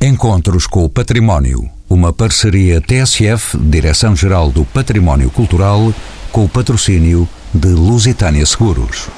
Encontros com o Património, uma parceria TSF, Direção-Geral do Património Cultural, com o patrocínio de Lusitânia Seguros.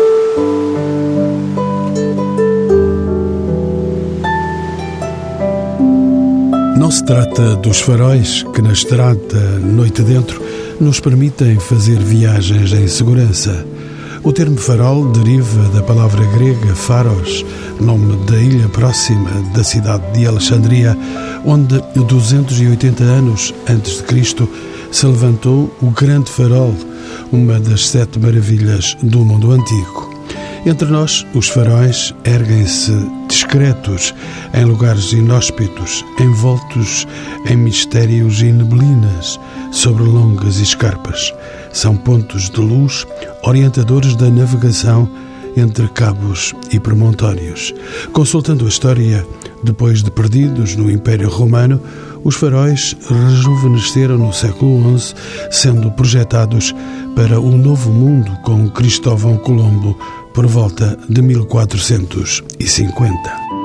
Não se trata dos faróis que na estrada, noite dentro, nos permitem fazer viagens em segurança. O termo farol deriva da palavra grega pharos, nome da ilha próxima da cidade de Alexandria, onde 280 anos antes de Cristo se levantou o Grande Farol, uma das 7 maravilhas do mundo antigo. Entre nós, os faróis erguem-se discretos, em lugares inóspitos, envoltos em mistérios e neblinas, sobre longas escarpas. São pontos de luz, orientadores da navegação entre cabos e promontórios. Consultando a história, depois de perdidos no Império Romano, os faróis rejuvenesceram no século XI, sendo projetados para o Novo Mundo com Cristóvão Colombo por volta de 1450.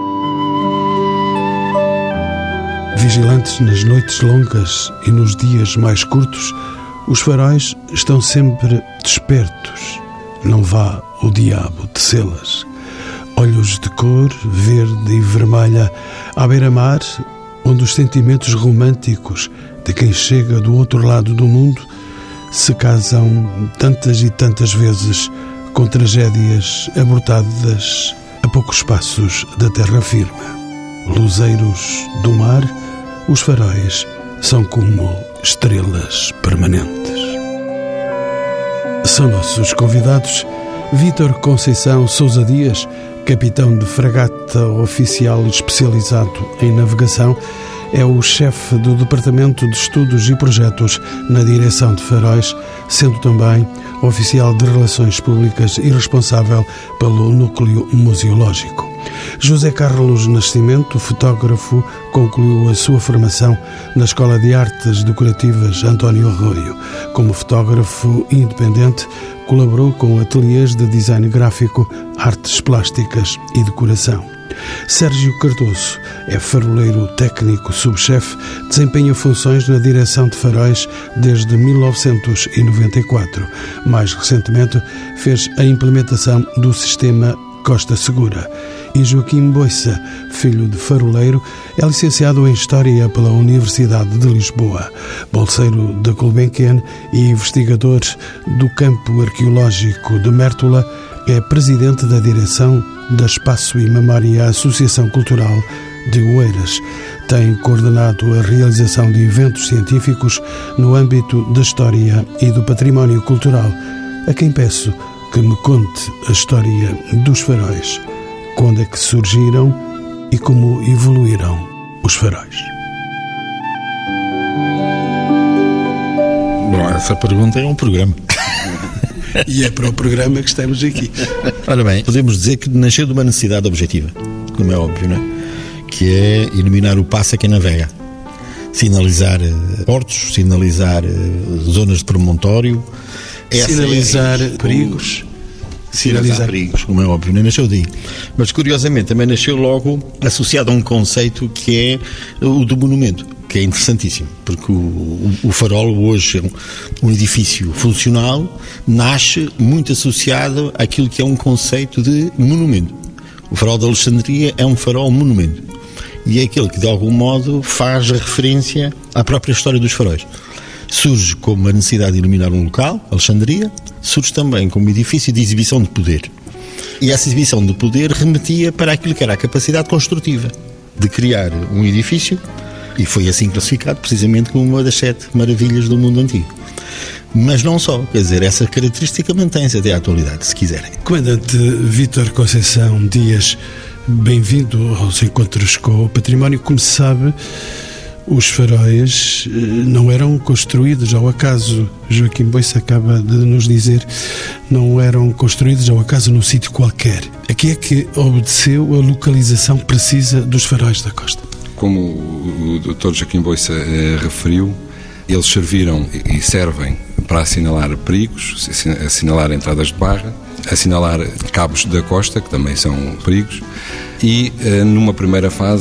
Vigilantes nas noites longas e nos dias mais curtos, os faróis estão sempre despertos. Não vá o diabo tecê-las. Olhos de cor verde e vermelha à beira-mar, onde os sentimentos românticos de quem chega do outro lado do mundo se casam tantas e tantas vezes com tragédias abortadas a poucos passos da terra firme. Luzeiros do mar, os faróis são como estrelas permanentes. São nossos convidados Vítor Conceição Sousa Dias, capitão de fragata oficial especializado em navegação, é o chefe do Departamento de Estudos e Projetos na Direção de Faróis, sendo também oficial de Relações Públicas e responsável pelo núcleo museológico. José Carlos Nascimento, fotógrafo, concluiu a sua formação na Escola de Artes Decorativas António Arroio. Como fotógrafo independente, colaborou com ateliês de design gráfico, artes plásticas e decoração. Sérgio Cardoso é faroleiro técnico subchefe, desempenha funções na direção de faróis desde 1994. Mais recentemente, fez a implementação do sistema Costa Segura. E Joaquim Boissa, filho de faroleiro, é licenciado em História pela Universidade de Lisboa, bolseiro da Gulbenkian e investigador do Campo Arqueológico de Mértola. É presidente da direção da Espaço e Memória Associação Cultural de Oeiras. Tem coordenado a realização de eventos científicos no âmbito da história e do património cultural, a quem peço que me conte a história dos faróis, quando é que surgiram e como evoluíram os faróis. Bom, essa pergunta é um programa. E é para o programa que estamos aqui. Ora bem, podemos dizer que nasceu de uma necessidade objetiva, como é óbvio, não é? Que é iluminar o passo a quem navega. Sinalizar portos, sinalizar zonas de promontório. Sinalizar perigos. Sinalizar perigos, como é óbvio, não nasceu daí. Mas, curiosamente, também nasceu logo associado a um conceito que é o do monumento, que é interessantíssimo, porque o farol hoje é um edifício funcional, nasce muito associado àquilo que é um conceito de monumento. O farol de Alexandria é um farol monumento e é aquele que de algum modo faz referência à própria história dos faróis. Surge como a necessidade de iluminar um local, Alexandria, surge também como edifício de exibição de poder. E essa exibição de poder remetia para aquilo que era a capacidade construtiva de criar um edifício. E foi assim classificado, precisamente, como uma das 7 maravilhas do mundo antigo. Mas não só, quer dizer, essa característica mantém-se até à atualidade, se quiserem. Comandante Vítor Conceição Dias, bem-vindo aos Encontros com o Património. Como se sabe, os faróis não eram construídos ao acaso. Joaquim Boissa acaba de nos dizer, não eram construídos ao acaso num sítio qualquer. A que é que obedeceu a localização precisa dos faróis da costa? Como o Dr. Joaquim Boissa referiu, eles serviram e servem para assinalar perigos, assinalar entradas de barra, assinalar cabos da costa, que também são perigos, e numa primeira fase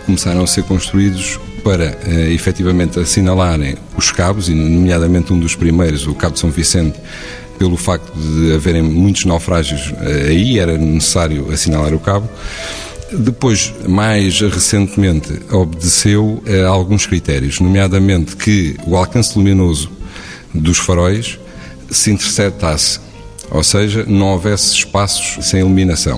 começaram a ser construídos para, efetivamente, assinalarem os cabos, e nomeadamente um dos primeiros, o Cabo de São Vicente, pelo facto de haverem muitos naufrágios aí, era necessário assinalar o cabo. Depois, mais recentemente, obedeceu a alguns critérios, nomeadamente que o alcance luminoso dos faróis se interceptasse, ou seja, não houvesse espaços sem iluminação.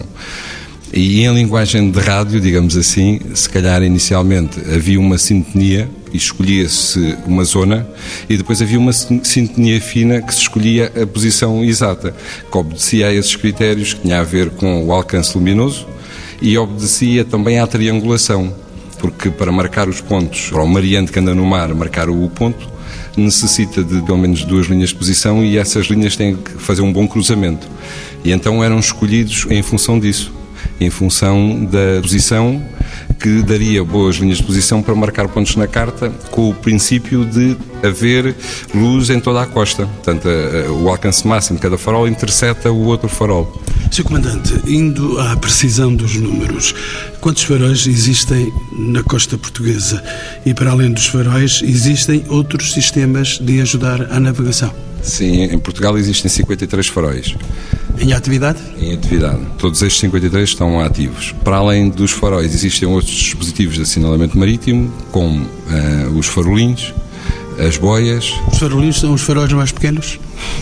E em linguagem de rádio, digamos assim, se calhar inicialmente havia uma sintonia e escolhia-se uma zona, e depois havia uma sintonia fina que se escolhia a posição exata, que obedecia a esses critérios que tinha a ver com o alcance luminoso e obedecia também à triangulação, porque para marcar os pontos, para o mariante que anda no mar marcar o ponto, necessita de pelo menos 2 linhas de posição, e essas linhas têm que fazer um bom cruzamento. E então eram escolhidos em função disso, em função da posição que daria boas linhas de posição para marcar pontos na carta, com o princípio de haver luz em toda a costa. Portanto, o alcance máximo de cada farol intercepta o outro farol. Sr. Comandante, indo à precisão dos números, quantos faróis existem na costa portuguesa? E para além dos faróis, existem outros sistemas de ajudar à navegação? Sim, em Portugal existem 53 faróis. Em atividade? Em atividade. Todos estes 53 estão ativos. Para além dos faróis, existem outros dispositivos de assinalamento marítimo, como os farolinhos, as boias. Os farolinhos são os faróis mais pequenos?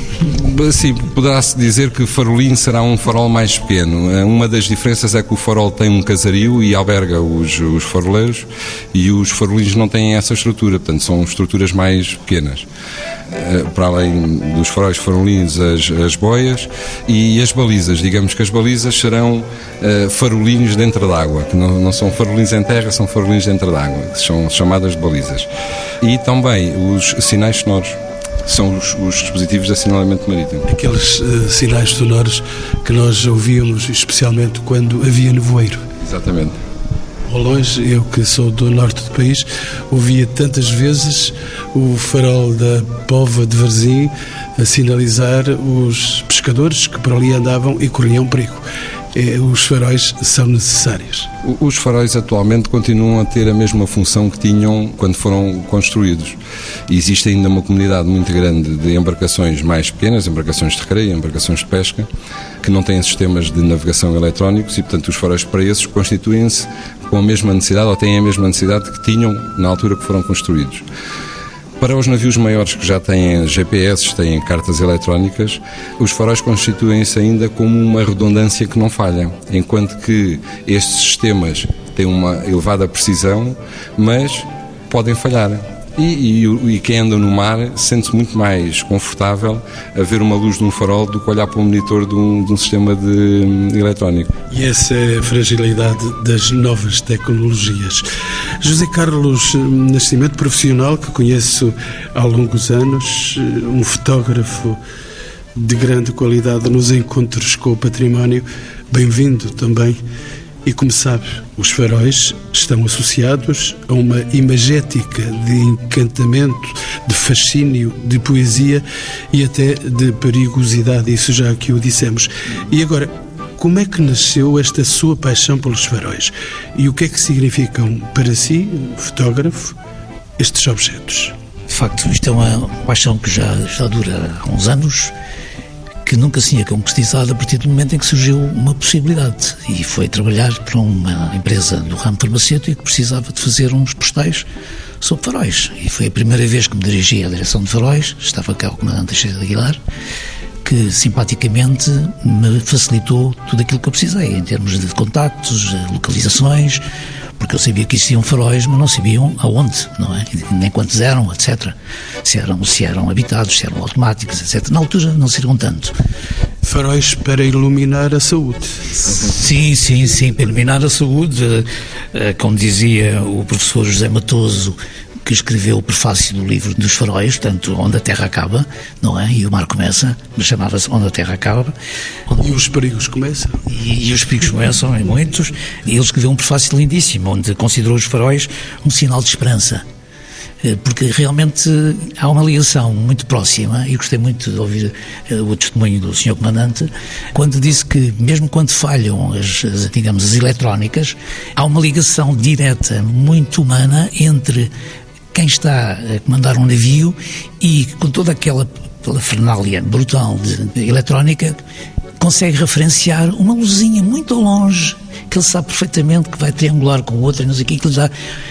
Sim, poderá-se dizer que farolinho será um farol mais pequeno. Uma das diferenças é que o farol tem um casario e alberga os faroleiros, e os farolinhos não têm essa estrutura, portanto são estruturas mais pequenas. Para além dos faróis farolinhos, as boias e as balizas. Digamos que as balizas serão farolinhos dentro d'água, que não são farolinhos em terra, são farolinhos dentro d'água, que são chamadas de balizas. E também os sinais sonoros. São os dispositivos de assinalamento marítimo. Aqueles sinais sonoros que nós ouvíamos, especialmente quando havia nevoeiro. Exatamente. Ao longe, eu que sou do norte do país, ouvia tantas vezes o farol da Póvoa de Varzim a sinalizar os pescadores que por ali andavam e corriam perigo. Os faróis são necessários. Os faróis atualmente continuam a ter a mesma função que tinham quando foram construídos. Existe ainda uma comunidade muito grande de embarcações mais pequenas, embarcações de recreio, embarcações de pesca, que não têm sistemas de navegação eletrónicos, e portanto os faróis para esses constituem-se com a mesma necessidade, ou têm a mesma necessidade que tinham na altura que foram construídos. Para os navios maiores que já têm GPS, têm cartas eletrónicas, os faróis constituem-se ainda como uma redundância que não falha, enquanto que estes sistemas têm uma elevada precisão, mas podem falhar. E quem anda no mar sente-se muito mais confortável a ver uma luz de um farol do que olhar para um monitor de um sistema eletrónico. E essa é a fragilidade das novas tecnologias. José Carlos Nascimento, profissional que conheço há longos anos, um fotógrafo de grande qualidade nos encontros com o património, bem-vindo também. E como sabe, os faróis estão associados a uma imagética de encantamento, de fascínio, de poesia e até de perigosidade, isso já aqui o dissemos. E agora, como é que nasceu esta sua paixão pelos faróis? E o que é que significam para si, fotógrafo, estes objetos? De facto, isto é uma paixão que já dura há uns anos, que nunca se tinha concretizado a partir do momento em que surgiu uma possibilidade, e foi trabalhar para uma empresa do ramo farmacêutico que precisava de fazer uns postais sobre faróis, e foi a primeira vez que me dirigi à direção de faróis. Estava cá o comandante Teixeira de Aguilar, que simpaticamente me facilitou tudo aquilo que eu precisei em termos de contactos, localizações, porque eu sabia que existiam faróis, mas não sabiam aonde, não é? Nem quantos eram, etc. Se eram habitados, se eram automáticos, etc. Na altura não serviam tanto. Faróis para iluminar a saúde. Sim, para iluminar a saúde. Como dizia o professor José Matoso, que escreveu o prefácio do livro dos faróis, portanto, Onde a Terra Acaba, não é? E o mar começa, mas chamava-se Onde a Terra Acaba. E os perigos começam. E os perigos começam, em muitos. E ele escreveu um prefácio lindíssimo, onde considerou os faróis um sinal de esperança. porque realmente há uma ligação muito próxima, e gostei muito de ouvir o testemunho do Sr. Comandante, quando disse que mesmo quando falham as eletrónicas, há uma ligação direta, muito humana, entre quem está a comandar um navio e com toda aquela parafernália brutal de eletrónica, consegue referenciar uma luzinha muito ao longe, que ele sabe perfeitamente que vai triangular com outra, não sei o que lhe dá.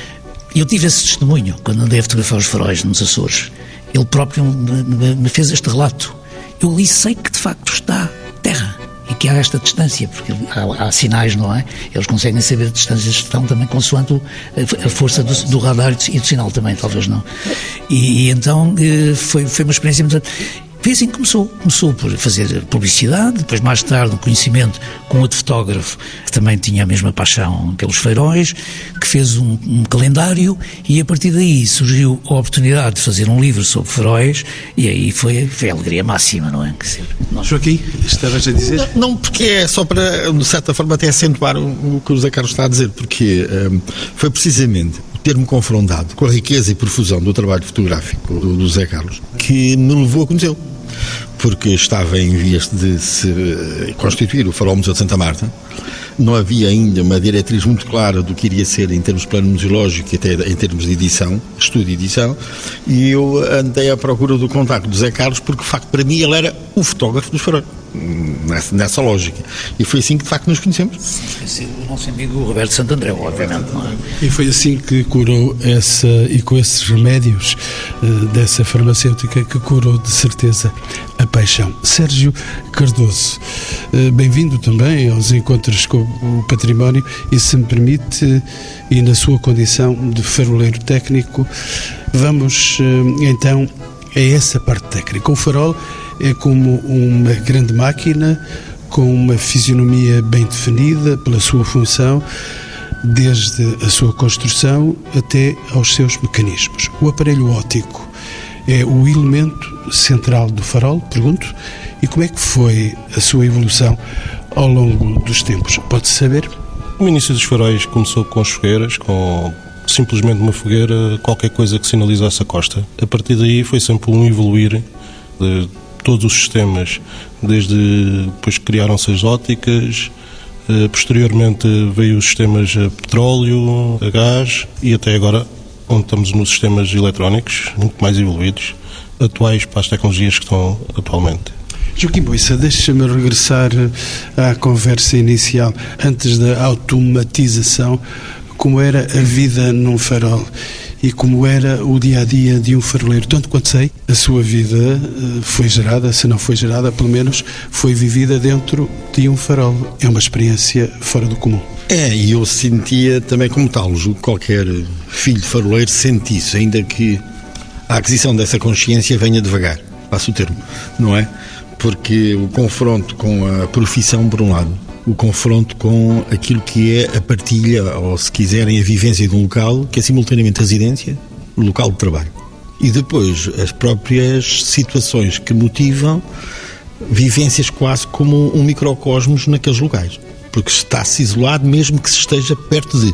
Eu tive esse testemunho quando andei a fotografar os faróis nos Açores. Ele próprio me fez este relato. Eu ali sei que de facto está terra e que há esta distância, porque há sinais, não é? Eles conseguem saber a distância que estão também consoante a força do radar e do sinal também, talvez não. E então foi uma experiência muito... Foi assim que começou por fazer publicidade, depois mais tarde um conhecimento com outro fotógrafo que também tinha a mesma paixão pelos faróis, que fez um calendário, e a partir daí surgiu a oportunidade de fazer um livro sobre faróis, e aí foi a alegria máxima, não é? Joaquim, estavas a dizer? Não, porque é só para, de certa forma, até acentuar o que o José Carlos está a dizer, porque foi precisamente ter-me confrontado com a riqueza e profusão do trabalho fotográfico do José Carlos que me levou a conhecê-lo. Porque estava em vias de se constituir o Farol Museu de Santa Marta, não havia ainda uma diretriz muito clara do que iria ser em termos de plano museológico e até em termos de edição, estudo e edição, e eu andei à procura do contacto do José Carlos porque, de facto, para mim ele era o fotógrafo dos faróis, nessa lógica. E foi assim que, de facto, nos conhecemos. O nosso amigo Roberto Santandreu, obviamente, não é? E foi assim que curou e com esses remédios dessa farmacêutica que curou, de certeza, a paixão. Sérgio Cardoso, bem-vindo também aos encontros com o património, e, se me permite, e na sua condição de faroleiro técnico, vamos então a essa parte técnica. O farol é como uma grande máquina com uma fisionomia bem definida pela sua função, desde a sua construção até aos seus mecanismos. O aparelho óptico é o elemento central do farol, pergunto, e como é que foi a sua evolução ao longo dos tempos? Pode-se saber? O início dos faróis começou com as fogueiras, com simplesmente uma fogueira, qualquer coisa que sinalizasse a costa. A partir daí foi sempre um evoluir de todos os sistemas, desde depois criaram-se as ópticas, posteriormente veio os sistemas a petróleo, a gás, e até agora onde estamos nos sistemas eletrónicos, muito mais evoluídos, atuais para as tecnologias que estão atualmente. Joaquim Boissa, deixa-me regressar à conversa inicial, antes da automatização. Como era a vida num farol e como era o dia-a-dia de um faroleiro? Tanto quanto sei, a sua vida foi gerada, se não foi gerada, pelo menos foi vivida dentro de um farol. É uma experiência fora do comum. E eu sentia também como tal, julgo que qualquer filho de faroleiro sente isso, ainda que a aquisição dessa consciência venha devagar, passo o termo, não é? Porque o confronto com a profissão, por um lado, o confronto com aquilo que é a partilha, ou se quiserem, a vivência de um local, que é simultaneamente residência, local de trabalho. E depois as próprias situações que motivam vivências quase como um microcosmos naqueles locais, porque está-se isolado mesmo que se esteja perto de.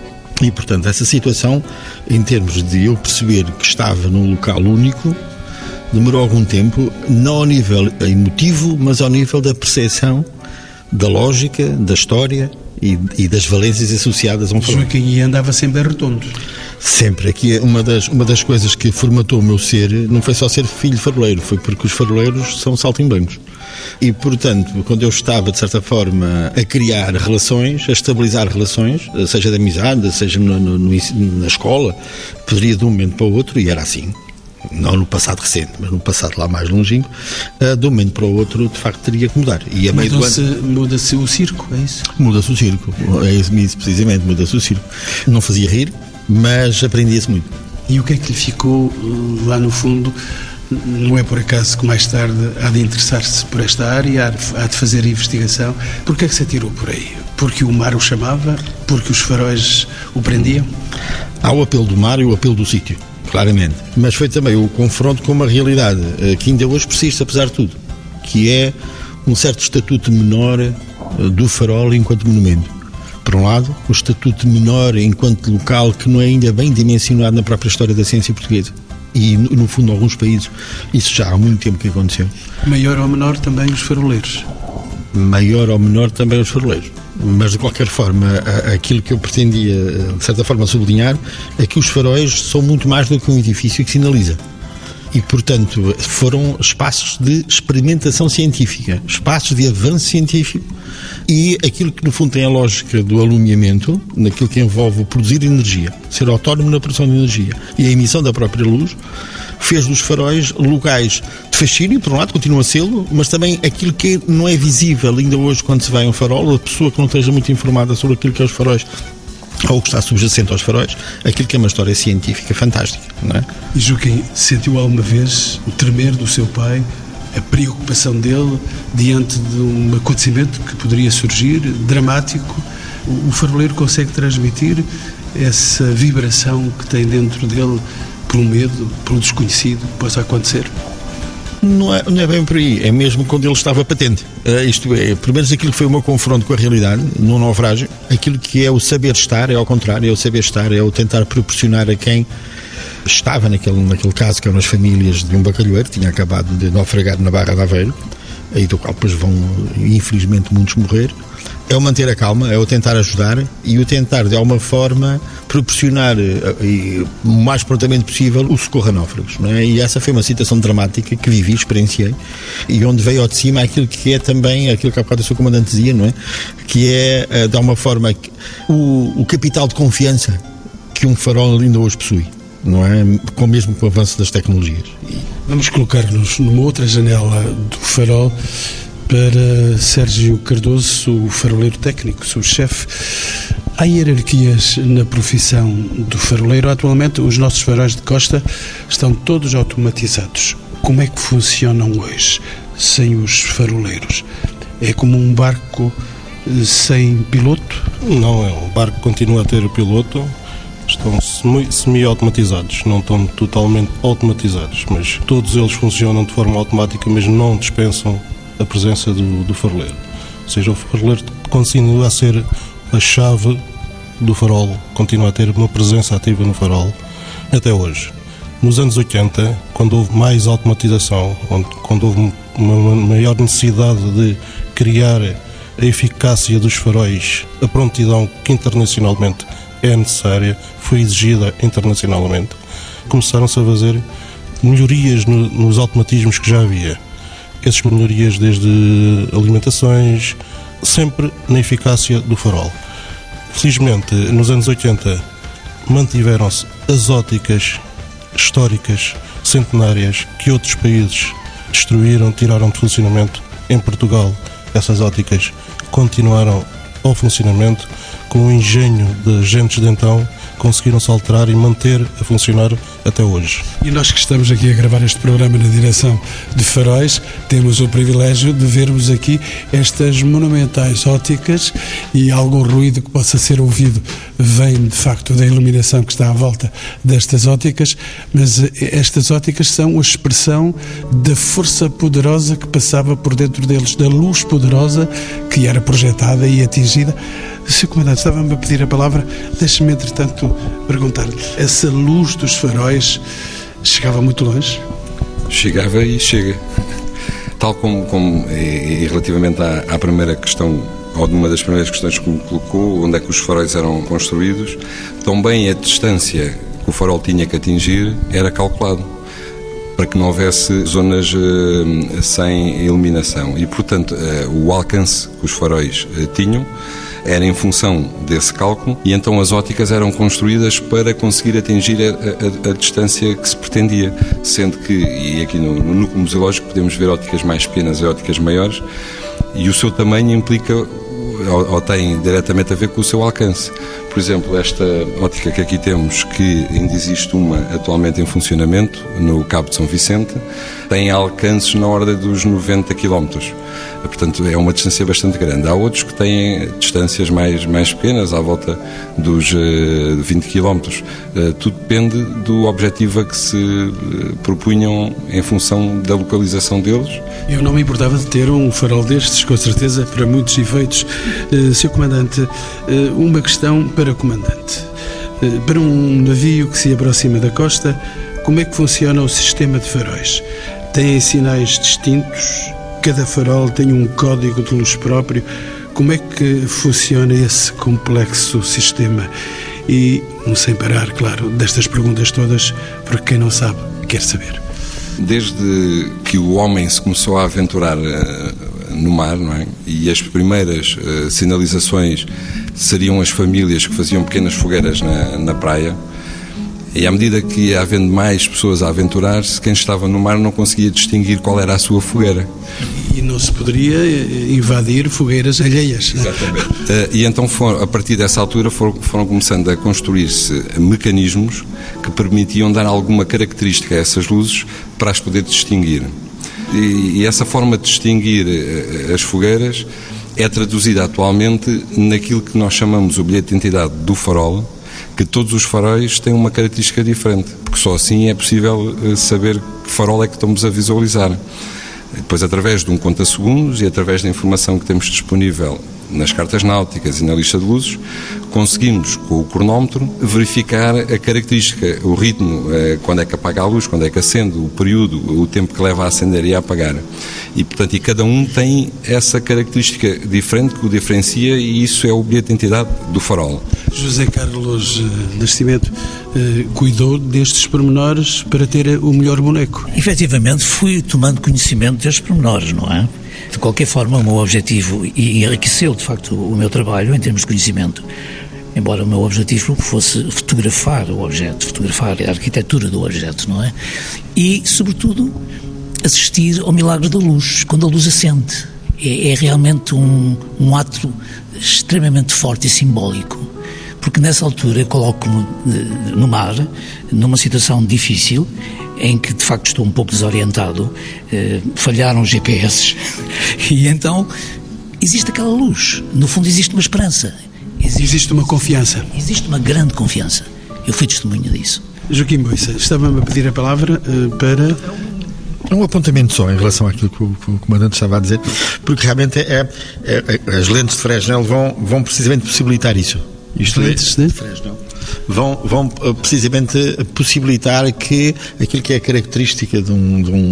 E, portanto, essa situação, em termos de eu perceber que estava num local único, demorou algum tempo, não ao nível emotivo, mas ao nível da percepção, da lógica, da história e das valências associadas a um farol. Joaquim andava sempre redondo. Sempre. Aqui uma das coisas que formatou o meu ser não foi só ser filho de faroleiro, foi porque os faroleiros são saltimbancos. E, portanto, quando eu estava, de certa forma, a criar relações, a estabilizar relações, seja de amizade, seja na escola, poderia de um momento para o outro, e era assim. Não no passado recente, mas no passado lá mais longínquo, de um momento para o outro, de facto, teria que mudar. E a meio do ano... Muda-se o circo, é isso? Muda-se o circo, é isso precisamente, muda-se o circo. Não fazia rir, mas aprendia-se muito. E o que é que lhe ficou lá no fundo? Não é por acaso que mais tarde há de interessar-se por esta área, há de fazer a investigação. Porquê é que se atirou por aí? Porque o mar o chamava? Porque os faróis o prendiam? Há o apelo do mar e o apelo do sítio, claramente. Mas foi também o confronto com uma realidade que ainda hoje persiste, apesar de tudo, que é um certo estatuto menor do farol enquanto monumento. por um lado, o estatuto menor enquanto local que não é ainda bem dimensionado na própria história da ciência portuguesa. E, no fundo, em alguns países, isso já há muito tempo que aconteceu. Maior ou menor também os faroleiros? Maior ou menor também os faroleiros. Mas, de qualquer forma, aquilo que eu pretendia, de certa forma, sublinhar é que os faróis são muito mais do que um edifício que sinaliza. E, portanto, foram espaços de experimentação científica, espaços de avanço científico e aquilo que, no fundo, tem a lógica do alumiamento, naquilo que envolve produzir energia, ser autónomo na produção de energia e a emissão da própria luz, fez dos faróis locais de fascínio, por um lado, continua a sê-lo, mas também aquilo que não é visível ainda hoje quando se vai a um farol, a pessoa que não esteja muito informada sobre aquilo que é os faróis ou que está subjacente aos faróis, aquilo que é uma história científica fantástica, não é? E Joaquim, sentiu alguma vez o tremer do seu pai, a preocupação dele diante de um acontecimento que poderia surgir, dramático? O faroleiro consegue transmitir essa vibração que tem dentro dele pelo medo, pelo desconhecido que possa acontecer? Não é bem por aí, é mesmo quando ele estava patente. Isto é, pelo menos aquilo que foi o meu confronto com a realidade, no naufrágio, aquilo que é o saber estar, é ao contrário, é o saber estar, é o tentar proporcionar a quem estava naquele caso, que eram as famílias de um bacalhoeiro, que tinha acabado de naufragar na Barra de Aveiro, aí do qual depois vão, infelizmente, muitos morrer. É o manter a calma, é o tentar ajudar e o tentar, de alguma forma, proporcionar o mais prontamente possível o socorro a náufragos, não é? E essa foi uma situação dramática que vivi, experienciei, e onde veio ao de cima aquilo que é também, aquilo que há bocado o seu comandante dizia, não é? Que é, de alguma forma, o capital de confiança que um farol ainda hoje possui, não é? Mesmo com o avanço das tecnologias. Vamos colocar-nos numa outra janela do farol, para Sérgio Cardoso, o faroleiro técnico, o chefe. Há hierarquias na profissão do faroleiro. Atualmente, os nossos faróis de costa estão todos automatizados. Como é que funcionam hoje, sem os faroleiros? É como um barco sem piloto? Não, o barco continua a ter piloto. Estão semi-automatizados, não estão totalmente automatizados, mas todos eles funcionam de forma automática, mas não dispensam a presença do faroleiro. Ou seja, o faroleiro continua a ser a chave do farol, continua a ter uma presença ativa no farol até hoje. Nos anos 80, quando houve mais automatização, quando houve uma maior necessidade de criar a eficácia dos faróis, a prontidão que internacionalmente é necessária, foi exigida internacionalmente, começaram-se a fazer melhorias nos automatismos que já havia. Essas melhorias desde alimentações, sempre na eficácia do farol. Felizmente, nos anos 80, mantiveram-se as óticas históricas, centenárias, que outros países destruíram, tiraram de funcionamento. Em Portugal, essas óticas continuaram ao funcionamento, com o engenho de agentes de então, conseguiram-se alterar e manter a funcionar até hoje. E nós que estamos aqui a gravar este programa na direção de faróis, temos o privilégio de vermos aqui estas monumentais óticas, e algum ruído que possa ser ouvido vem de facto da iluminação que está à volta destas óticas, mas estas óticas são a expressão da força poderosa que passava por dentro deles, da luz poderosa que era projetada e atingida. Sr. Comandante, estava-me a pedir a palavra, deixe-me entretanto perguntar-lhe, essa luz dos faróis chegava muito longe? Chegava e chega. Tal como e relativamente à primeira questão, ou de uma das primeiras questões que me colocou, onde é que os faróis eram construídos, também a distância que o farol tinha que atingir era calculado, para que não houvesse zonas sem iluminação. E, portanto, o alcance que os faróis tinham era em função desse cálculo, e então as óticas eram construídas para conseguir atingir a distância que se pretendia, sendo que, e aqui no núcleo museológico podemos ver óticas mais pequenas e óticas maiores, e o seu tamanho implica ou tem diretamente a ver com o seu alcance. Por exemplo, esta ótica que aqui temos, que ainda existe uma atualmente em funcionamento, no Cabo de São Vicente, tem alcances na ordem dos 90 km. Portanto, é uma distância bastante grande. Há outros que têm distâncias mais pequenas, à volta dos 20 km. Tudo depende do objetivo a que se propunham em função da localização deles. Eu não me importava de ter um farol destes, com certeza, para muitos efeitos. Sr. Comandante, uma questão para o Comandante. Para um navio que se aproxima da costa, como é que funciona o sistema de faróis? Têm sinais distintos? Cada farol tem um código de luz próprio? Como é que funciona esse complexo sistema? E, sem parar, claro, destas perguntas todas, porque quem não sabe, quer saber. Desde que o homem se começou a aventurar no mar, não é? E as primeiras sinalizações seriam as famílias que faziam pequenas fogueiras na praia, e à medida que ia havendo mais pessoas a aventurar-se, quem estava no mar não conseguia distinguir qual era a sua fogueira. E não se poderia invadir fogueiras alheias. Exatamente. E então, a partir dessa altura, foram começando a construir-se mecanismos que permitiam dar alguma característica a essas luzes para as poder distinguir. E essa forma de distinguir as fogueiras é traduzida atualmente naquilo que nós chamamos o bilhete de identidade do farol, que todos os faróis têm uma característica diferente, porque só assim é possível saber que farol é que estamos a visualizar. Depois, através de um conta-segundos e através da informação que temos disponível nas cartas náuticas e na lista de luzes, conseguimos, com o cronómetro, verificar a característica, o ritmo, quando é que apaga a luz, quando é que acende, o período, o tempo que leva a acender e a apagar. E, portanto, cada um tem essa característica diferente que o diferencia, e isso é o bilhete de identidade do farol. José Carlos Nascimento cuidou destes pormenores para ter o melhor boneco. Efetivamente, fui tomando conhecimento destes pormenores, não é? De qualquer forma, o meu objetivo, e enriqueceu de facto o meu trabalho em termos de conhecimento, embora o meu objetivo fosse fotografar o objeto, fotografar a arquitetura do objeto, não é? E, sobretudo, assistir ao milagre da luz, quando a luz acende. É realmente um ato extremamente forte e simbólico, porque nessa altura coloco-me no mar, numa situação difícil, em que de facto estou um pouco desorientado, falharam os GPS, e então existe aquela luz, no fundo existe uma esperança. Existe uma confiança. Existe uma grande confiança. Eu fui testemunha disso. Joaquim Boissa, estava-me a pedir a palavra para... Um apontamento só em relação àquilo que o Comandante estava a dizer, porque realmente as lentes de Fresnel vão precisamente possibilitar isso. Isto lentes de Fresnel vão precisamente possibilitar que aquilo que é característica de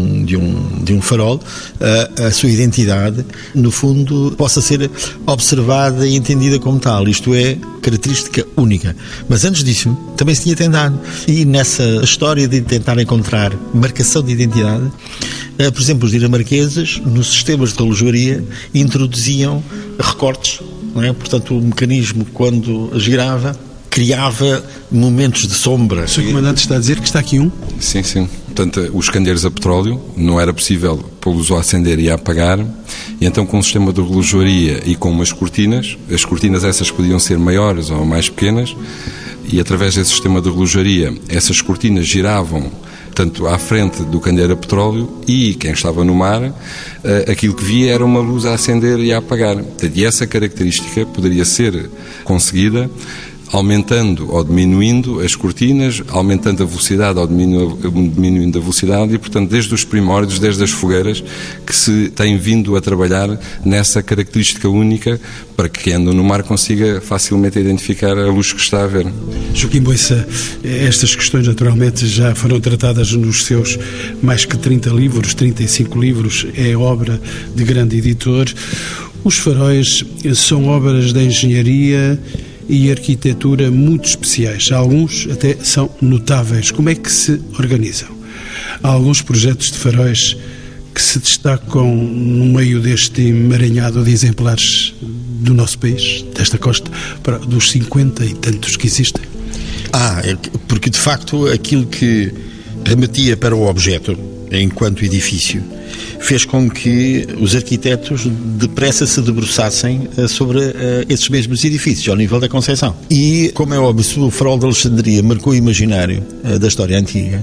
um farol, a sua identidade, no fundo, possa ser observada e entendida como tal. Isto é, característica única. Mas antes disso, também se tinha tentado. E nessa história de tentar encontrar marcação de identidade, por exemplo, os dinamarqueses, nos sistemas de relojoaria, introduziam recortes, não é? Portanto, o mecanismo, quando girava, criava momentos de sombra. O Sr. Comandante está a dizer que está aqui um? Sim, sim. Portanto, os candeeiros a petróleo, não era possível pô-los a acender e a apagar, e então com um sistema de relojoaria e com umas cortinas, as cortinas essas podiam ser maiores ou mais pequenas, e através desse sistema de relojoaria, essas cortinas giravam tanto à frente do candeeiro a petróleo, e quem estava no mar, aquilo que via era uma luz a acender e a apagar. E essa característica poderia ser conseguida aumentando ou diminuindo as cortinas, aumentando a velocidade ou diminuindo a velocidade, e, portanto, desde os primórdios, desde as fogueiras, que se tem vindo a trabalhar nessa característica única para que quem anda no mar consiga facilmente identificar a luz que está a ver. Joaquim Boissa, estas questões naturalmente já foram tratadas nos seus mais que 30 livros, 35 livros, é obra de grande editor. Os faróis são obras de engenharia e arquitetura muito especiais. Alguns até são notáveis. Como é que se organizam? Há alguns projetos de faróis que se destacam no meio deste emaranhado de exemplares do nosso país, desta costa, dos 50 e tantos que existem? Porque de facto aquilo que remetia para o objeto enquanto edifício fez com que os arquitetos depressa se debruçassem sobre esses mesmos edifícios, ao nível da Conceição. E, como é óbvio, se o farol de Alexandria marcou o imaginário da história antiga,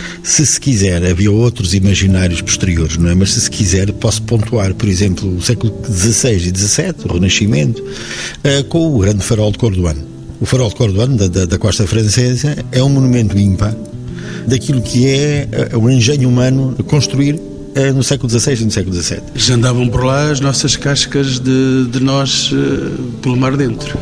se quiser, havia outros imaginários posteriores, não é? Mas se quiser, posso pontuar, por exemplo, o século XVI e XVII, o Renascimento, com o grande farol de Cordoano. O farol de Cordoano, da costa francesa, é um monumento ímpar daquilo que é o engenho humano de construir no século XVI e no século XVII. Já andavam por lá as nossas cascas de nós pelo mar dentro.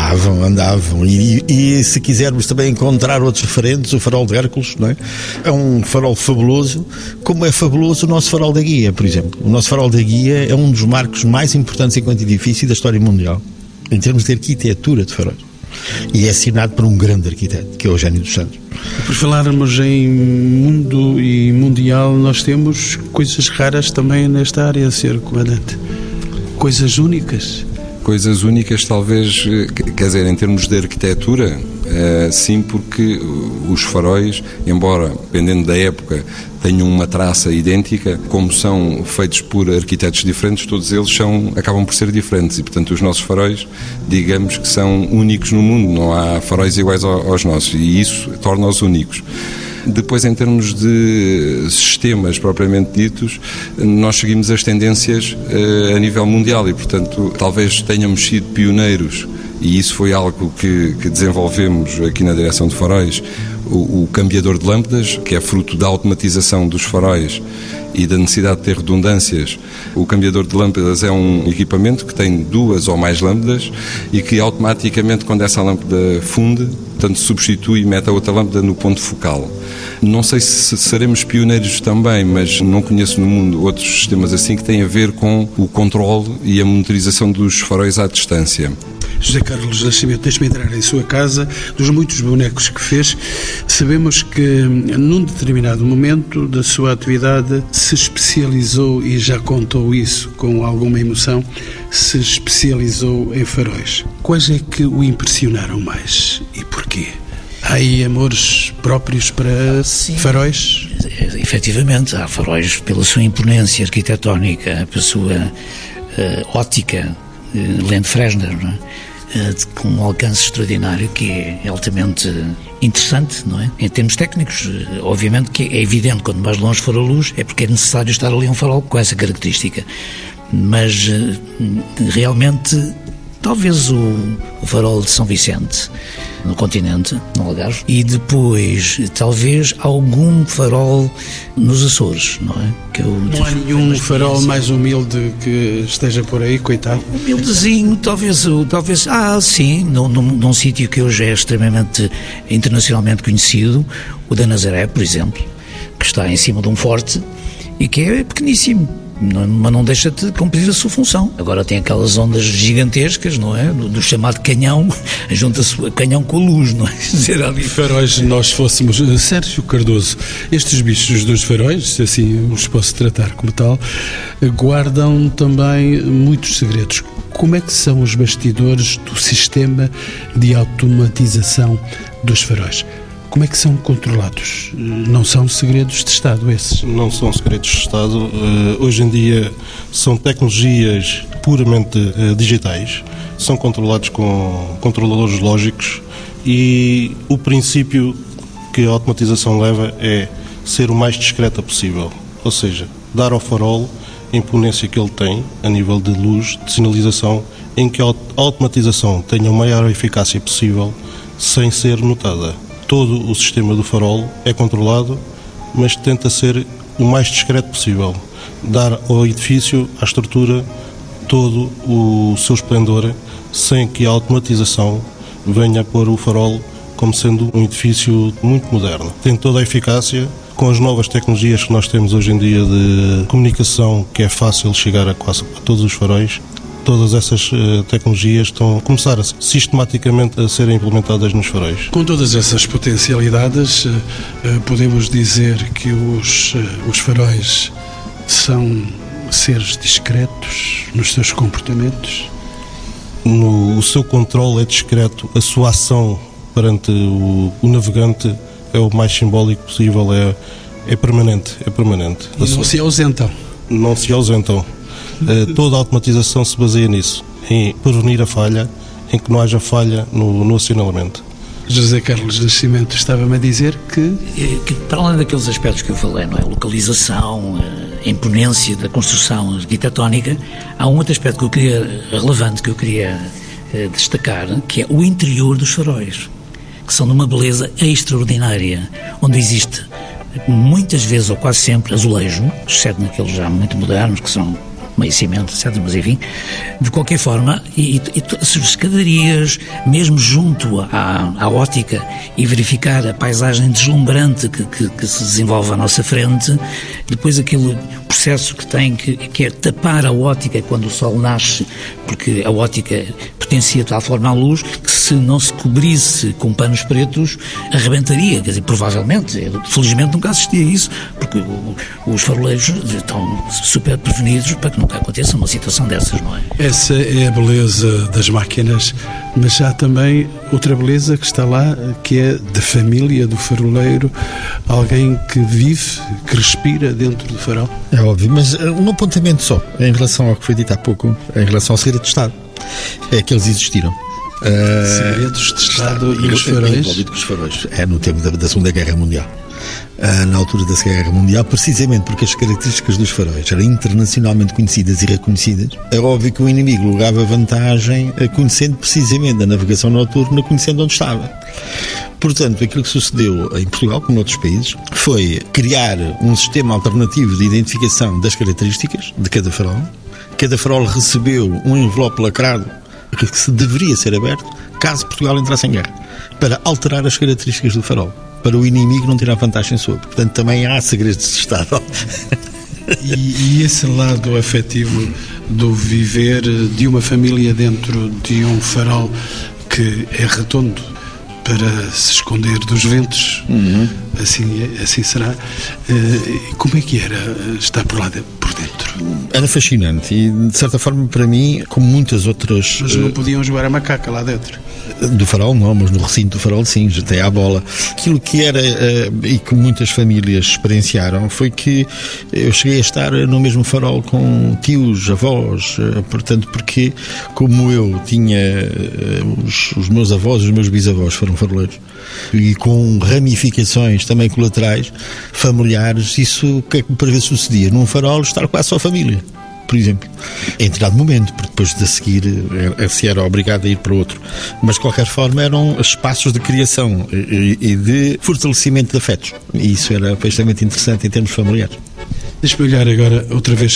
Andavam. E se quisermos também encontrar outros referentes, o farol de Hércules, não é? É um farol fabuloso, como é fabuloso o nosso farol da Guia, por exemplo. O nosso farol da Guia é um dos marcos mais importantes enquanto edifício da história mundial, em termos de arquitetura de faróis. E é assinado por um grande arquiteto, que é o Eugênio dos Santos. Por falarmos em mundo e mundial, nós temos coisas raras também nesta área, Sr. Comandante. Coisas únicas. Coisas únicas, talvez, quer dizer, em termos de arquitetura, sim, porque os faróis, embora, dependendo da época, tenham uma traça idêntica, como são feitos por arquitetos diferentes, todos eles acabam por ser diferentes e, portanto, os nossos faróis, digamos que são únicos no mundo, não há faróis iguais aos nossos e isso torna-os únicos. Depois, em termos de sistemas propriamente ditos, nós seguimos as tendências a nível mundial e, portanto, talvez tenhamos sido pioneiros, e isso foi algo que desenvolvemos aqui na direção de faróis, o cambiador de lâmpadas, que é fruto da automatização dos faróis e da necessidade de ter redundâncias. O cambiador de lâmpadas é um equipamento que tem 2 ou mais lâmpadas e que automaticamente, quando essa lâmpada funde, portanto, substitui e mete a outra lâmpada no ponto focal. Não sei se seremos pioneiros também, mas não conheço no mundo outros sistemas assim que têm a ver com o controle e a monitorização dos faróis à distância. José Carlos Nascimento, deixe-me entrar em sua casa. Dos muitos bonecos que fez, sabemos que num determinado momento da sua atividade se especializou, e já contou isso com alguma emoção, se especializou em faróis. Quais é que o impressionaram mais e porquê? Há aí amores próprios para faróis? Efetivamente, há faróis pela sua imponência arquitetónica, pela sua ótica, Lente Fresner, não é? Com um alcance extraordinário que é altamente interessante, não é? Em termos técnicos, obviamente que é evidente, quanto mais longe for a luz, é porque é necessário estar ali um farol com essa característica. Mas, realmente, talvez o farol de São Vicente, no continente, no Algarve, e depois, talvez, algum farol nos Açores, não é? Não há nenhum farol mais humilde que esteja por aí, coitado? Humildezinho, talvez, sim, num sítio que hoje é extremamente internacionalmente conhecido, o da Nazaré, por exemplo, que está em cima de um forte e que é pequeníssimo, mas não deixa de cumprir a sua função. Agora tem aquelas ondas gigantescas, não é? Do chamado canhão, junta-se o canhão com a luz, não é? Dizer ali. Faróis, nós fôssemos Sérgio Cardoso, estes bichos dos faróis, se assim os posso tratar como tal, guardam também muitos segredos. Como é que são os bastidores do sistema de automatização dos faróis? Como é que são controlados? Não são segredos de Estado esses? Não são segredos de Estado. Hoje em dia são tecnologias puramente digitais. São controlados com controladores lógicos e o princípio que a automatização leva é ser o mais discreta possível. Ou seja, dar ao farol a imponência que ele tem a nível de luz, de sinalização, em que a automatização tenha a maior eficácia possível sem ser notada. Todo o sistema do farol é controlado, mas tenta ser o mais discreto possível. Dar ao edifício, à estrutura, todo o seu esplendor, sem que a automatização venha a pôr o farol como sendo um edifício muito moderno. Tem toda a eficácia, com as novas tecnologias que nós temos hoje em dia de comunicação, que é fácil chegar a quase a todos os faróis. Todas essas tecnologias estão a começar sistematicamente a serem implementadas nos faróis. Com todas essas potencialidades, podemos dizer que os faróis são seres discretos nos seus comportamentos? O seu controle é discreto, a sua ação perante o navegante é o mais simbólico possível, é permanente. E não se ausentam? Não se ausentam. Toda a automatização se baseia nisso, em prevenir a falha, em que não haja falha no assinalamento. José Carlos Nascimento estava-me a dizer que para além daqueles aspectos que eu falei, não é? Localização, a imponência da construção arquitetónica, há um outro aspecto relevante que eu queria destacar, que é o interior dos faróis, que são de uma beleza extraordinária, onde existe muitas vezes ou quase sempre azulejo, exceto naqueles já muito modernos que são meio cimento, etc. Mas enfim, de qualquer forma, e as escadarias, mesmo junto à ótica, e verificar a paisagem deslumbrante que se desenvolve à nossa frente, depois aquele processo que tem, que é tapar a ótica quando o sol nasce, porque a ótica potencia de tal forma a luz que se não se cobrisse com panos pretos, arrebentaria, quer dizer, provavelmente, felizmente nunca assisti a isso, porque os faroleiros estão super prevenidos para que nunca aconteça uma situação dessas, não é? Essa é a beleza das máquinas, mas há também outra beleza que está lá, que é da família do faroleiro, alguém que vive, que respira dentro do farol. É óbvio, mas um apontamento só, em relação ao que foi dito há pouco, em relação ao segredo de Estado, é que eles existiram. Segredos de Estado e os faróis? Envolvido com os faróis. É no tempo da Segunda Guerra Mundial. Na altura da Segunda Guerra Mundial, precisamente porque as características dos faróis eram internacionalmente conhecidas e reconhecidas, é óbvio que o inimigo lograva vantagem conhecendo precisamente a navegação noturna, conhecendo onde estava. Portanto, aquilo que sucedeu em Portugal, como noutros países, foi criar um sistema alternativo de identificação das características de cada farol. Cada farol recebeu um envelope lacrado que se deveria ser aberto caso Portugal entrasse em guerra, para alterar as características do farol, para o inimigo não tirar vantagem sobre. Portanto, também há segredos de Estado. E esse lado afetivo do viver de uma família dentro de um farol que é redondo para se esconder dos ventos, assim será. Como é que era estar por lá por dentro? Era fascinante e, de certa forma, para mim, como muitas outras... Mas não podiam jogar a macaca lá dentro? Do farol não, mas no recinto do farol sim, já tem à bola. Aquilo que era, e que muitas famílias experienciaram, foi que eu cheguei a estar no mesmo farol com tios, avós, portanto, porque como eu tinha os meus avós, os meus bisavós foram faroleiros, e com ramificações também colaterais, familiares, isso o que é que por vezes sucedia? Num farol estar quase só a família, por exemplo, em determinado momento, porque depois de a seguir se era obrigado a ir para outro. Mas de qualquer forma eram espaços de criação e de fortalecimento de afetos, e isso era bastante interessante em termos familiares. Deixa-me olhar agora outra vez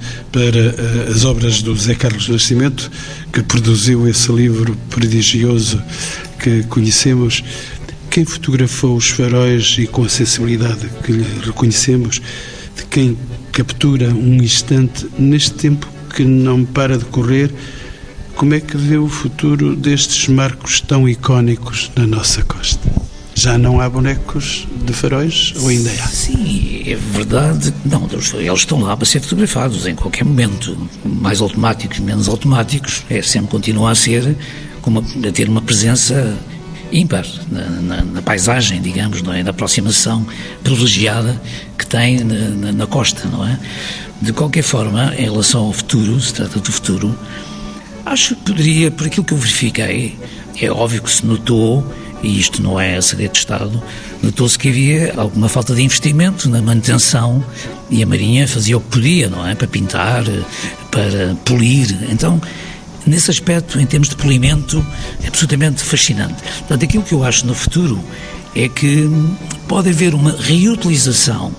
para as obras do José Carlos Nascimento, que produziu esse livro prodigioso que conhecemos. Quem fotografou os faróis e com a sensibilidade que lhe reconhecemos, de quem captura um instante neste tempo que não para de correr, como é que vê o futuro destes marcos tão icónicos na nossa costa? Já não há bonecos de faróis ou ainda há? Sim, é verdade. Não, eles estão lá para ser fotografados em qualquer momento, mais automáticos, menos automáticos. Sempre continua a ser, a ter uma presença ímpar na paisagem, digamos, não é? Na aproximação privilegiada que tem na costa, não é? De qualquer forma, em relação ao futuro, se trata do futuro, acho que poderia, por aquilo que eu verifiquei, é óbvio que se notou, e isto não é segredo de Estado, notou-se que havia alguma falta de investimento na manutenção, e a Marinha fazia o que podia, não é? Para pintar, para polir. Então, nesse aspecto, em termos de polimento, é absolutamente fascinante. Portanto, aquilo que eu acho no futuro é que pode haver uma reutilização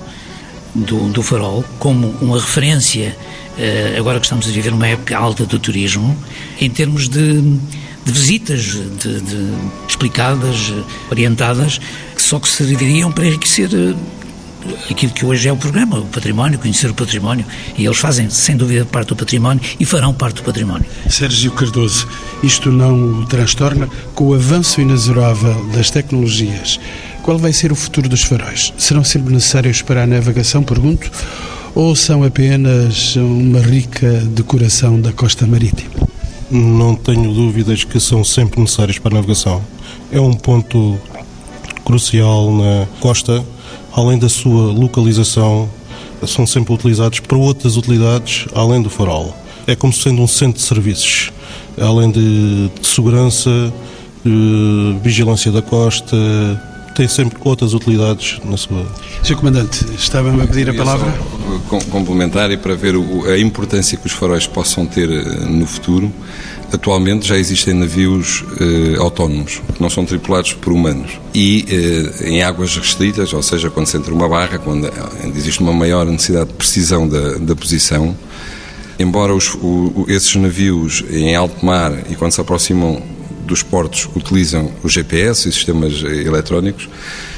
do farol como uma referência, agora que estamos a viver uma época alta do turismo, em termos de visitas explicadas, orientadas, que só que serviriam para enriquecer aquilo que hoje é o programa, o património, conhecer o património, e eles fazem, sem dúvida, parte do património e farão parte do património. Sérgio Cardoso, isto não o transtorna? Com o avanço inexorável das tecnologias, qual vai ser o futuro dos faróis? Serão sempre necessários para a navegação, pergunto, ou são apenas uma rica decoração da costa marítima? Não tenho dúvidas que são sempre necessários para a navegação. É um ponto crucial na costa, além da sua localização, são sempre utilizados para outras utilidades além do farol. É como sendo um centro de serviços, além de segurança, de vigilância da costa, tem sempre outras utilidades na sua... Sr. Comandante, estava-me a pedir a palavra? Complementar e para ver a importância que os faróis possam ter no futuro. Atualmente já existem navios autónomos, que não são tripulados por humanos. E em águas restritas, ou seja, quando se entra uma barra, quando existe uma maior necessidade de precisão da posição, embora esses navios em alto mar e quando se aproximam dos portos utilizam o GPS e sistemas eletrónicos,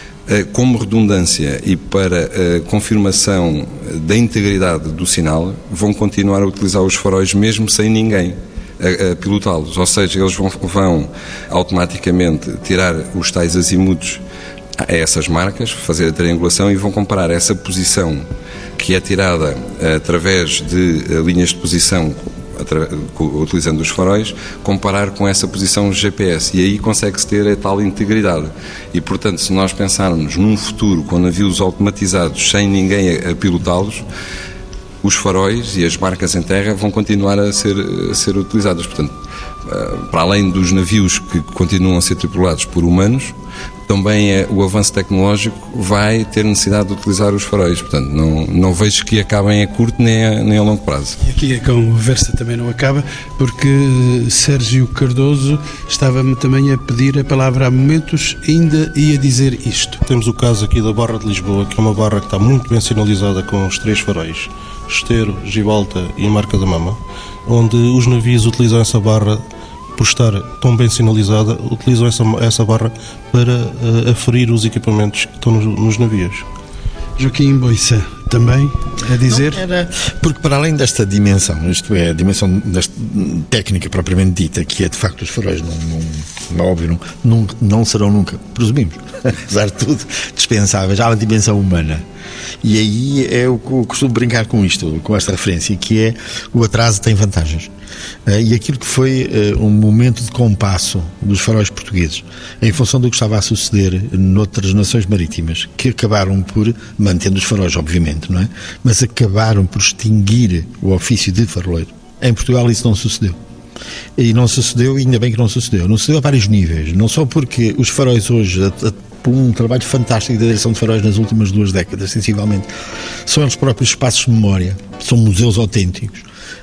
como redundância e para confirmação da integridade do sinal, vão continuar a utilizar os faróis mesmo sem ninguém a pilotá-los, ou seja, eles vão automaticamente tirar os tais azimutos a essas marcas, fazer a triangulação e vão comparar essa posição que é tirada através de linhas de posição utilizando os faróis, comparar com essa posição GPS, e aí consegue-se ter a tal integridade. E, portanto, se nós pensarmos num futuro com navios automatizados sem ninguém a pilotá-los, os faróis e as marcas em terra vão continuar a ser utilizados. Portanto, para além dos navios que continuam a ser tripulados por humanos, também o avanço tecnológico vai ter necessidade de utilizar os faróis. Portanto, não vejo que acabem a curto nem a longo prazo. E aqui a conversa também não acaba, porque Sérgio Cardoso estava-me também a pedir a palavra há momentos, ainda ia dizer isto. Temos o caso aqui da Barra de Lisboa, que é uma barra que está muito bem sinalizada com os 3 faróis, Esteiro, Gibraltar e Marca da Mama, onde os navios utilizam essa barra, por estar tão bem sinalizada, utilizam essa barra para aferir os equipamentos que estão nos navios. Joaquim Boissa, também a dizer? Não, era porque para além desta dimensão, isto é, a dimensão desta técnica propriamente dita, que é de facto os faróis, óbvio, não serão nunca, presumimos, apesar de tudo, dispensáveis, há uma dimensão humana. E aí é o que eu costumo brincar com isto, com esta referência, que é o atraso tem vantagens. E aquilo que foi um momento de compasso dos faróis portugueses, em função do que estava a suceder noutras nações marítimas, que acabaram por, mantendo os faróis, obviamente, não é? Mas acabaram por extinguir o ofício de faroleiro. Em Portugal isso não sucedeu. E não sucedeu, e ainda bem que não sucedeu. Não sucedeu a vários níveis, não só porque os faróis hoje, por um trabalho fantástico da direção de faróis nas últimas 2 décadas, sensivelmente, são eles próprios espaços de memória, são museus autênticos,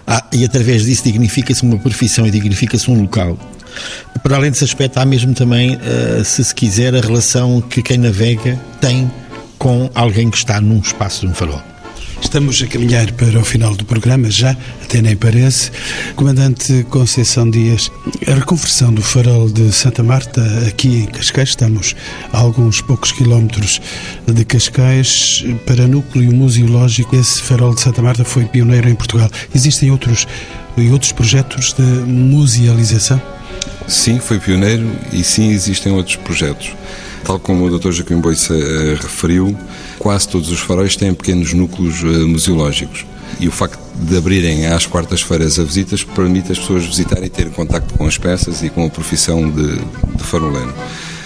e através disso dignifica-se uma profissão e dignifica-se um local. Para além desse aspecto, há mesmo também, se quiser, a relação que quem navega tem com alguém que está num espaço de um farol. Estamos a caminhar para o final do programa, já, até nem parece. Comandante Conceição Dias, a reconversão do farol de Santa Marta, aqui em Cascais, estamos a alguns poucos quilómetros de Cascais, para núcleo museológico, esse farol de Santa Marta foi pioneiro em Portugal. Existem outros projetos de musealização? Sim, foi pioneiro e sim, existem outros projetos. Tal como o Dr. Joaquim Boissa referiu, quase todos os faróis têm pequenos núcleos museológicos. E o facto de abrirem às quartas-feiras a visitas permite as pessoas visitarem e terem contacto com as peças e com a profissão de faroleiro.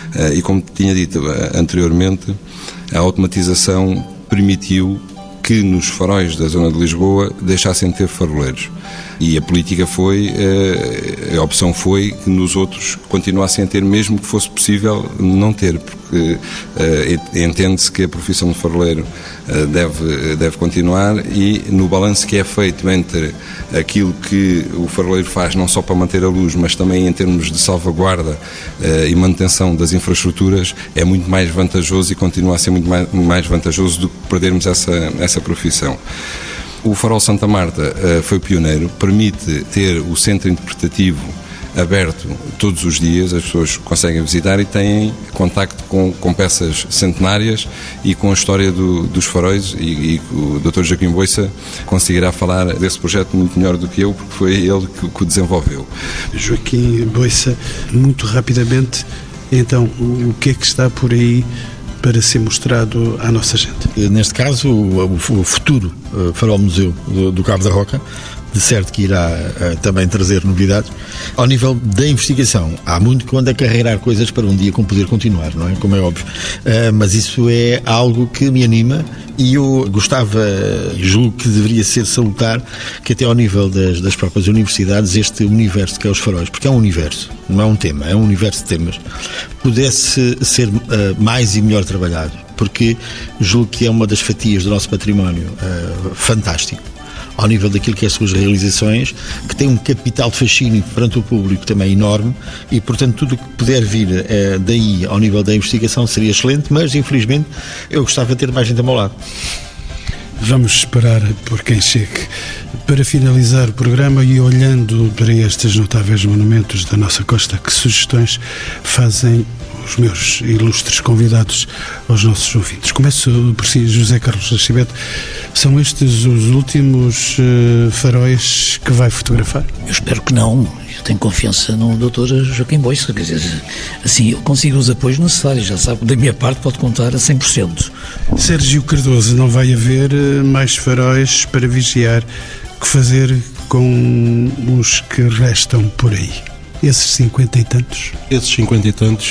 E como tinha dito anteriormente, a automatização permitiu que nos faróis da zona de Lisboa deixassem de ter faroleiros. E a política a opção foi que nos outros continuassem a ter, mesmo que fosse possível não ter, porque entende-se que a profissão de faroleiro deve continuar, e no balanço que é feito entre aquilo que o faroleiro faz, não só para manter a luz, mas também em termos de salvaguarda e manutenção das infraestruturas, é muito mais vantajoso e continua a ser muito mais vantajoso do que perdermos essa profissão. O Farol Santa Marta foi pioneiro, permite ter o centro interpretativo aberto todos os dias, as pessoas conseguem visitar e têm contacto com peças centenárias e com a história dos faróis, e o Dr. Joaquim Boissa conseguirá falar desse projeto muito melhor do que eu, porque foi ele que o desenvolveu. Joaquim Boissa, muito rapidamente, então, o que é que está por aí para ser mostrado à nossa gente? Neste caso, o futuro Farol Museu do Cabo da Roca de certo que irá também trazer novidades. Ao nível da investigação, há muito que anda a carreirar coisas para um dia poder continuar, não é? Como é óbvio. Mas isso é algo que me anima e eu gostava, julgo que deveria ser salutar, que até ao nível das próprias universidades, este universo que é os faróis, porque é um universo, não é um tema, é um universo de temas, pudesse ser mais e melhor trabalhado, porque julgo que é uma das fatias do nosso património fantástico, ao nível daquilo que é as suas realizações, que tem um capital de fascínio perante o público também enorme e, portanto, tudo o que puder vir daí ao nível da investigação seria excelente, mas, infelizmente, eu gostava de ter mais gente ao meu lado. Vamos esperar por quem chegue. Para finalizar o programa e olhando para estes notáveis monumentos da nossa costa, que sugestões fazem os meus ilustres convidados aos nossos ouvintes? Começo por si, José Carlos Nascimento. São estes os últimos faróis que vai fotografar? Eu espero que não. Eu tenho confiança no Dr. Joaquim Boiça. Quer dizer, assim, eu consigo os apoios necessários. Já sabe que da minha parte pode contar a 100%. Sérgio Cardoso, não vai haver mais faróis para vigiar? Que fazer com os que restam por aí? Esses 50 e tantos? Esses 50 e tantos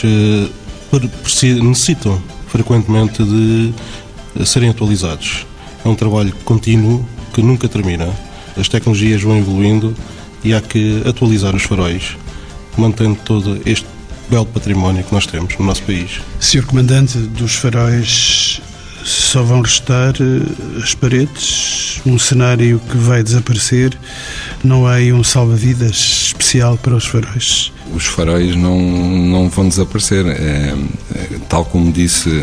necessitam frequentemente de serem atualizados. É um trabalho contínuo que nunca termina. As tecnologias vão evoluindo e há que atualizar os faróis, mantendo todo este belo património que nós temos no nosso país. Senhor Comandante, dos faróis só vão restar as paredes, um cenário que vai desaparecer. Não há aí um salva-vidas especial para os faróis? Os faróis não vão desaparecer. Tal como disse,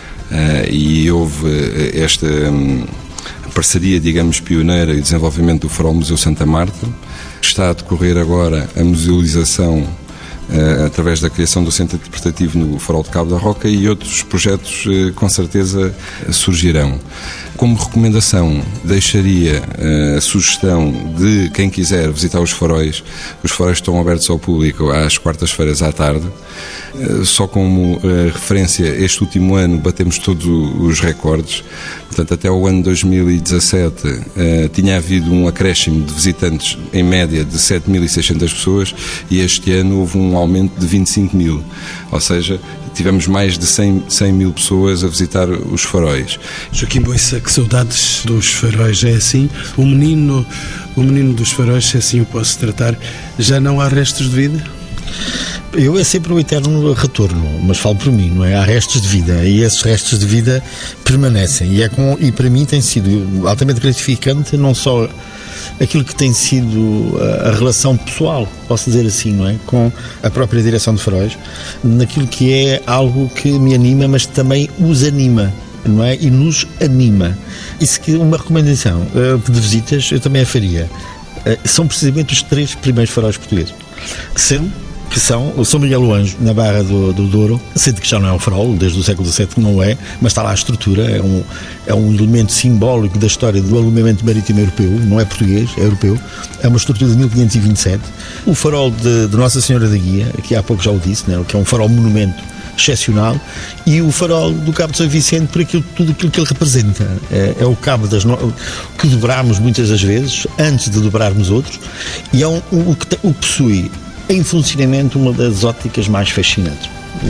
e houve esta parceria, digamos, pioneira e desenvolvimento do Farol Museu Santa Marta. Está a decorrer agora a musealização através da criação do Centro Interpretativo no Farol de Cabo da Roca e outros projetos com certeza surgirão. Como recomendação, deixaria a sugestão de quem quiser visitar os faróis. Os faróis estão abertos ao público às quartas-feiras à tarde. Só como referência, este último ano batemos todos os recordes. Portanto, até o ano 2017 tinha havido um acréscimo de visitantes em média de 7.600 pessoas e este ano houve um aumento de 25.000. Ou seja, tivemos mais de 100 mil pessoas a visitar os faróis. Joaquim Boiça, que saudades dos faróis. É assim? O menino dos faróis, se assim o posso tratar, já não há restos de vida? Eu é sempre o eterno retorno, mas falo por mim, não é? Há restos de vida e esses restos de vida permanecem e para mim tem sido altamente gratificante, não só aquilo que tem sido a relação pessoal, posso dizer assim, não é? Com a própria direção de faróis, naquilo que é algo que me anima, mas também os anima, não é? E nos anima. Isso que uma recomendação de visitas eu também a faria. São precisamente os 3 primeiros faróis portugueses. Que são o São Miguel do Anjo, na Barra do Douro, sendo que já não é um farol, desde o século XVII que não é, mas está lá a estrutura, é um elemento simbólico da história do alumiamento marítimo europeu, não é português, é europeu, é uma estrutura de 1527. O farol de Nossa Senhora da Guia, que há pouco já o disse, né, que é um farol monumento excepcional, e o farol do Cabo de São Vicente por tudo aquilo que ele representa. É o cabo que dobramos muitas das vezes, antes de dobrarmos outros, e é o que possui em funcionamento uma das óticas mais fascinantes.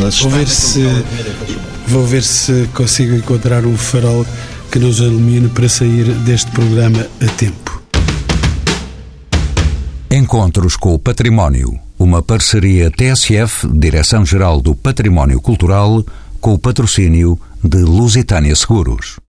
Vou ver se consigo encontrar um farol que nos ilumine para sair deste programa a tempo. Encontros com o Património, uma parceria TSF, Direção-Geral do Património Cultural, com o patrocínio de Lusitânia Seguros.